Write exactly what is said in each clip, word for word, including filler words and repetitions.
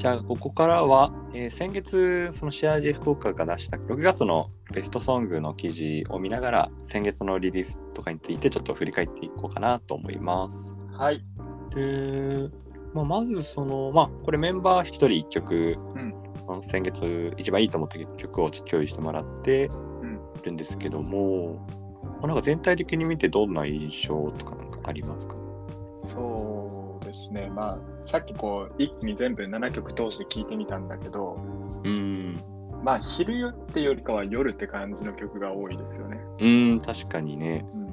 じゃあここからは、えー、先月そのシェア J 福岡が出したろくがつのベストソングの記事を見ながら先月のリリースとかについてちょっと振り返っていこうかなと思います。 はい。 で、まあ、まずそのまあこれメンバーひとりいっきょく、うん、先月一番いいと思った曲を共有してもらってるんですけども、うん、なんか全体的に見てどんな印象とかなんかありますか？ そうですね、まあさっきこう一気に全部ななきょく通して聴いてみたんだけど、 うん、 まあ昼ってよりかは夜って感じの曲が多いですよね。 うん、確かにね、 うん、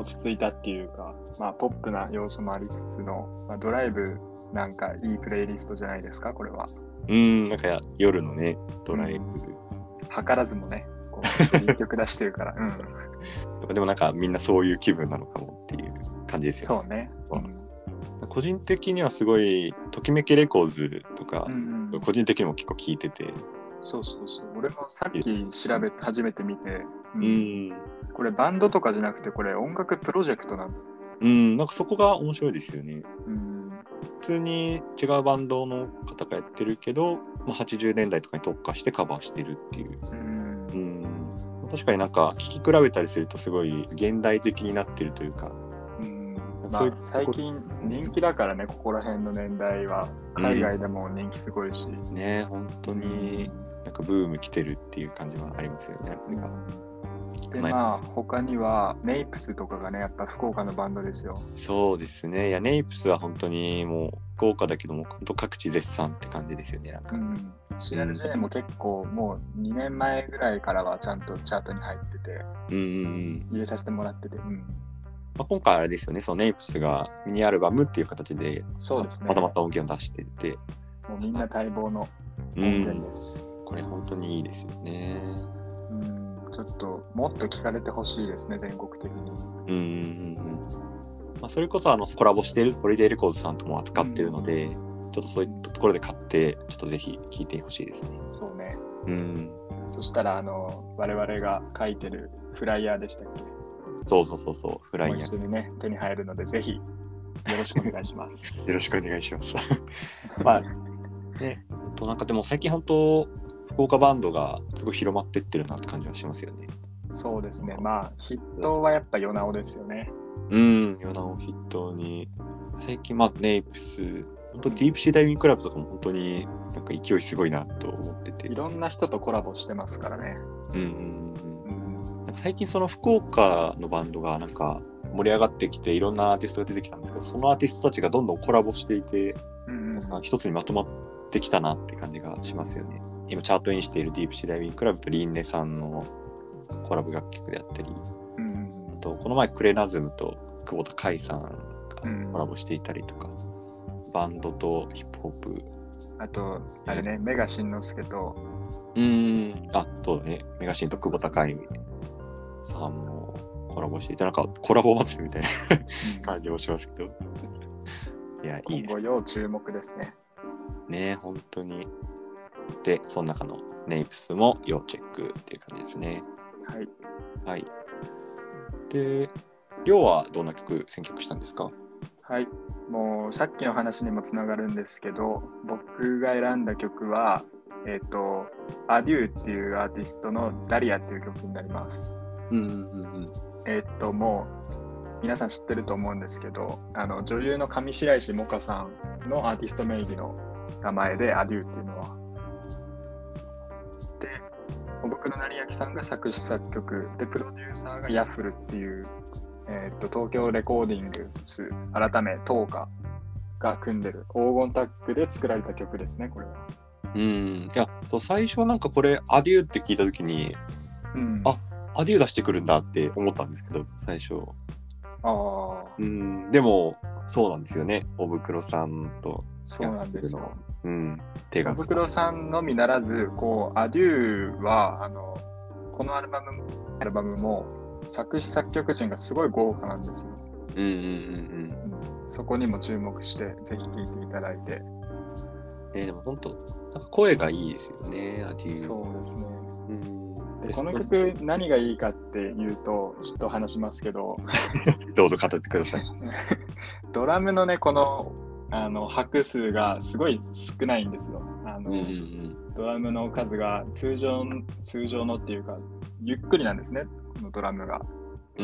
落ち着いたっていうか、まあポップな要素もありつつの、まあ、ドライブなんかいいプレイリストじゃないですか、これは。 うん、なんか夜のねドライブ、うん、 図らずもねこういい曲出してるから、 うん、でもなんかみんなそういう気分なのかもっていう感じですよね。 そうね、 うん、個人的にはすごいときめきレコーズとか、 うんうん、 個人的にも結構聞いてて、 そうそうそう、俺もさっき調べて初めて見て、 うんうん、 これバンドとかじゃなくてこれ音楽プロジェクトなんだ。 うん、なんかそこが面白いですよね。 うん、 普通に違うバンドの方がやってるけど、まあ、はちじゅうねんだいとかに特化してカバーしてるっていう、 うんうん、確かになんか聴き比べたりするとすごい現代的になってるというか、 うん、まあ、最近人気だからね、ここら辺の年代は海外でも人気すごいし、 うん、ね、本当になんかブーム来てるっていう感じはありますよね。これがで、まあ他にはネイプスとかがね、やっぱ福岡のバンドですよ。 そうですね。いやネイプスは本当にもう福岡だけども本当各地絶賛って感じですよね。なんか、うん、 シーアールジェー も結構もうにねんまえぐらいからはちゃんとチャートに入ってて、うんうんうん、入れさせてもらってて、うん、 まあ、今回あれですよね、そのネイプスがミニアルバムっていう形で、 そうですね、 またまた音源を出してて、 もうみんな待望の音源です、 うん、これ本当にいいですよね。 うん、ちょっともっと聞かれてほしいですね、全国的に。 うんうんうん、まあ、それこそあのコラボしているホリデーレコーズさんとも扱ってるので、うん、ちょっとそういったところで買ってちょっとぜひ聴いてほしいですね。 そうね、 うん、 そしたらあの我々が書いてるフライヤーでしたっけ？ そうそうそうそう、フライヤー一緒にね手に入るのでぜひよろしくお願いしますよろしくお願いしますまあね、となんかでも最近本当福岡バンドがすごい広まってってるなって感じはしますよね。 そうですね、まあ筆頭はやっぱヨナオですよね。 うん、ヨナオ筆頭に最近まあネイプス、本当ディープシーダイビングクラブとかも本当になんか勢いすごいなと思ってて、 いろんな人とコラボしてますからね。 うんうんうん、なんか最近その福岡のバンドがなんか盛り上がってきていろんなアーティストが出てきたんですけど、そのアーティストたちがどんどんコラボしていて、うん、なんか一つにまとまってきたなって感じがしますよね。今チャートインしているディープシーダイビングクラブとリンネさんのコラボ楽曲であったり、うん、あとこの前クレナズムと久保田海さんがコラボしていたりとか、うん、バンドとヒップホップ、 あとあれね、メガシンのすけと、 うーん、あ、そうだね、メガシンと久保田海さんもコラボしていて、なんかコラボ祭りみたいな感じもしますけど、いや、いいです。 今後要注目ですね。 ね、本当に。で、その中のネイプスも要チェックっていう感じですね。 はい。 はい。で、りょうはどんな曲選曲したんですか？ はい。もうさっきの話にもつながるんですけど、僕が選んだ曲は、えっと、アデューっていうアーティストのダリアっていう曲になります。 うんうんうんうん。 えっと、もう皆さん知ってると思うんですけど、あの女優の上白石萌歌さんのアーティスト名義の名前でアデューっていうのは。で、僕の成明さんが作詞作曲で、プロデューサーがヤッフルっていう、えー、と東京レコーディングス改めトーカが組んでる黄金タッグで作られた曲ですね、これは。 うん、いや、そう最初なんかこれアデューって聞いたときに、うん、あ、アデュー出してくるんだって思ったんですけど、最初。 あ、 うん、でもそうなんですよね、おぶくろさんとそうなんですよ。 うん、手がおぶくろさんのみならず、こうアデューはあのこのアルバムアルバムも作詞作曲陣がすごい豪華なんですよ。 うんうんうんうん。 そこにも注目してぜひ聴いていただいて。 えー、でも本当なんか声がいいですよね、アデュー。 そうですね。 うん、 でこの曲何がいいかっていうとちょっと話しますけど、 どうぞ語ってください。 ドラムのねこのあの拍数がすごい少ないんですよ。あの、 うんうんうん、 ドラムの数が通常通常のっていうかゆっくりなんですね、このドラムが。 うん、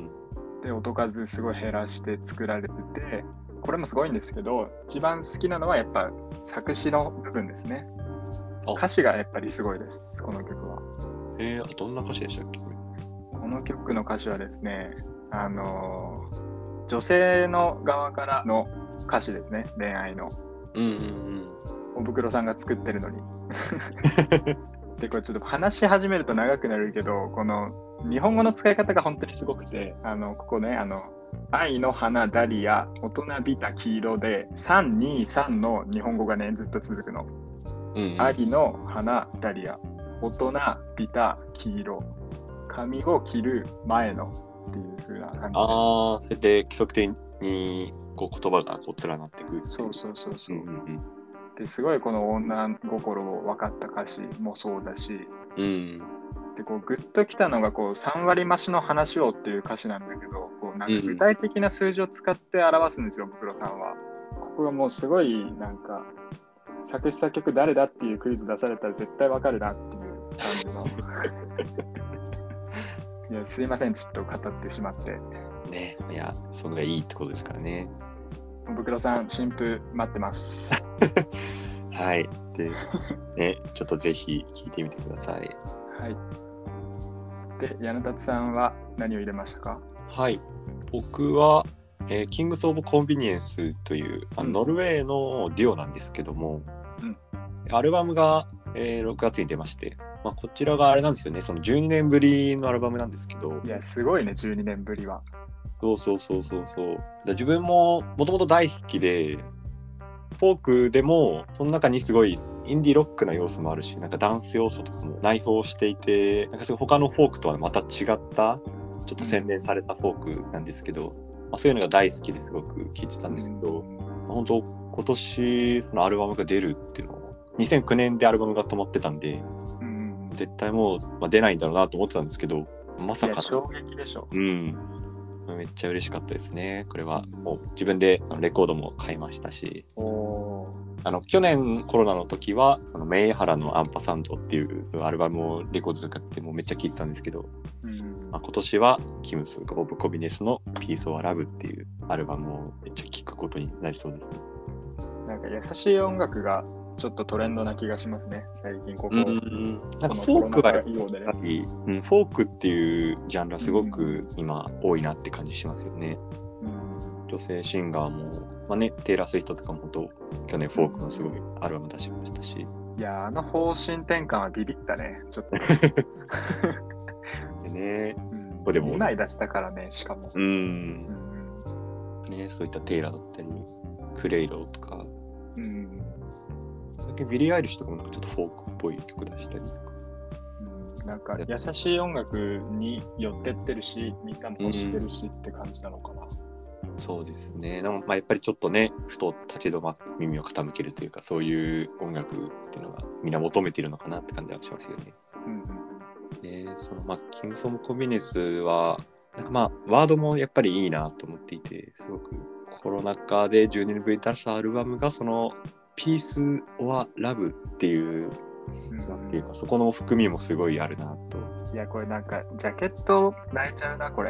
で音数すごい減らして作られてて、これもすごいんですけど、一番好きなのはやっぱ作詞の部分ですね。歌詞がやっぱりすごいです、この曲は。 えー、どんな歌詞でしたっけこれ？ この曲の歌詞はですね、あのー、女性の側からの歌詞ですね、恋愛の。 うんうんうん。 おぶくろさんが作ってるのに。で、これちょっと話し始めると長くなるけど、この日本語の使い方が本当にすごくて、あの、ここね、あの、愛の花ダリア、大人びた黄色で、さんにさんの日本語がね、ずっと続くの。 うんうん、 愛の花ダリア、大人びた黄色、髪を切る前のっていう風な感じで。 ああ、それで規則的にこう言葉がこう連なってくる。 そうそうそうそう。 うんうんうんですごいこの女心を分かった歌詞もそうだし、 うん、 でこうグッときたのがこうさん割増しの話をっていう歌詞なんだけど、こうなんか具体的な数字を使って表すんですよ、ブクロさんは。ここがもうすごいなんか作詞作曲誰だっていうクイズ出されたら絶対分かるなっていう感じの。いやすいません、ちょっと語ってしまって。 ね、いや、それがいいってことですからね。 ブクロさん、新譜待ってます。 はい。で、ね、ちょっとぜひ聞いてみてください。 はい。で、柳達さんは何を入れましたか？ はい。僕は、えー、キングス・オブ・コンビニエンスという、あのノルウェーのデュオなんですけども、うん、アルバムが、えー、ろくがつに出まして、まあ、こちらがあれなんですよね、そのじゅうにねんぶりのアルバムなんですけど。 いや、すごいね、じゅうにねんぶりは。 そうそうそうそうそう。だ自分ももともと大好きで、フォークでもその中にすごいインディーロックな要素もあるし、なんかダンス要素とかも内包していて、なんか他のフォークとはまた違ったちょっと洗練されたフォークなんですけど、まあ、そういうのが大好きですごく聴いてたんですけど、うん、本当今年そのアルバムが出るっていうのをにせんきゅうねんでアルバムが止まってたんで、うん、絶対もう、まあ、出ないんだろうなと思ってたんですけど、まさか衝撃でしょ。 うん。めっちゃ嬉しかったですね。これはもう自分でレコードも買いましたし、おあの去年コロナの時はそのメイハラのアンパサンドっていうアルバムをレコードで買ってもうめっちゃ聴いてたんですけど、うんまあ、今年はキムス・オブ・コビネスのピース・オア・ラブっていうアルバムをめっちゃ聴くことになりそうですね。 なんか優しい音楽がちょっとトレンドな気がしますね、最近ここ。 うんなんかフォークはやっぱり、うん、フォークっていうジャンルはすごく今多いなって感じしますよね。うん、女性シンガーも、まあね、テイラー・スウィフトとかもと去年フォークのすごいアルバム出しましたし。 いやあの方針転換はビビったね、ちょっと。 でね、 うん、これでもにまい出したからね、しかも。 うんうんね、そういったテイラーだったり、クレイローとか。うんビリー・アイリッシュとかもなんかちょっとフォークっぽい曲出したりとか、 うん、なんか優しい音楽に寄ってってるし、みんなも欲してるしって感じなのかな。 うん、そうですね。でもまあやっぱりちょっとね、ふと立ち止まって耳を傾けるというか、そういう音楽っていうのがみんな求めているのかなって感じはしますよね。うんうん、でそのまあキングス・オブ・コンビネスはなんかまあワードもやっぱりいいなと思っていて、すごくコロナ禍でじゅうねんぶりに出したアルバムがそのピース・オア・ラブっていう、うん、なんていうかそこの含みもすごいあるなと。 いやこれなんかジャケット泣いちゃうなこれ。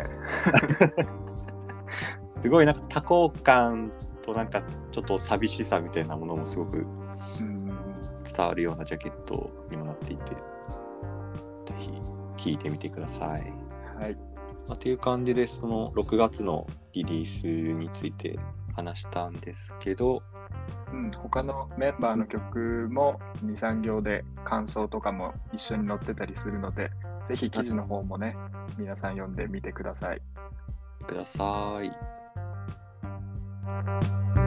すごいなんか多幸感となんかちょっと寂しさみたいなものもすごく伝わるようなジャケットにもなっていて、ぜひ聴いてみてください。はい。まあ、っていう感じでそのろくがつのリリースについて話したんですけど。 うん、他のメンバーの曲もにさん行で感想とかも一緒に載ってたりするので、ぜひ記事の方もね、皆さん読んでみてください。 ください。